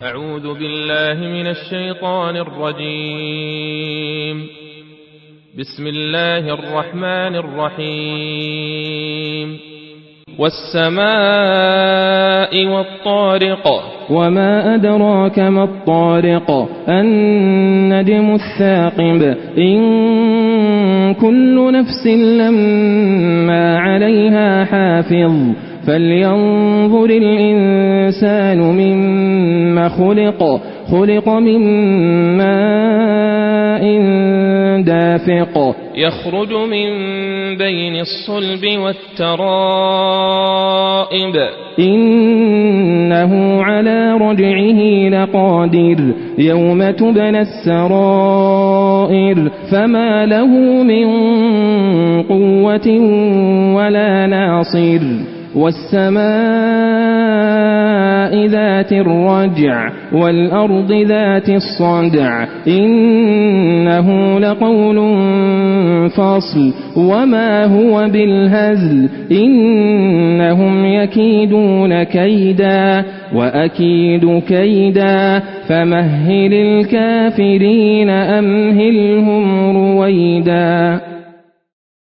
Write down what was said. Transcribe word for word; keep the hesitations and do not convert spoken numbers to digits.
أعوذ بالله من الشيطان الرجيم. بسم الله الرحمن الرحيم. والسماء والطارق. وما أدراك ما الطارق. النجم الثاقب. إن كل نفس لما عليها حافظ. فلينظر الإنسان مما خلق. خلق من ماء دافق يخرج من بين الصلب والترائب. إنه على رجعه لقادر. يوم تبلى السرائر. فما له من قوة ولا ناصر. والسماء ذات الرجع. والأرض ذات الصدع. إنه لقول فصل وما هو بالهزل. إنهم يكيدون كيدا وأكيد كيدا. فمهل الكافرين أمهلهم رويدا.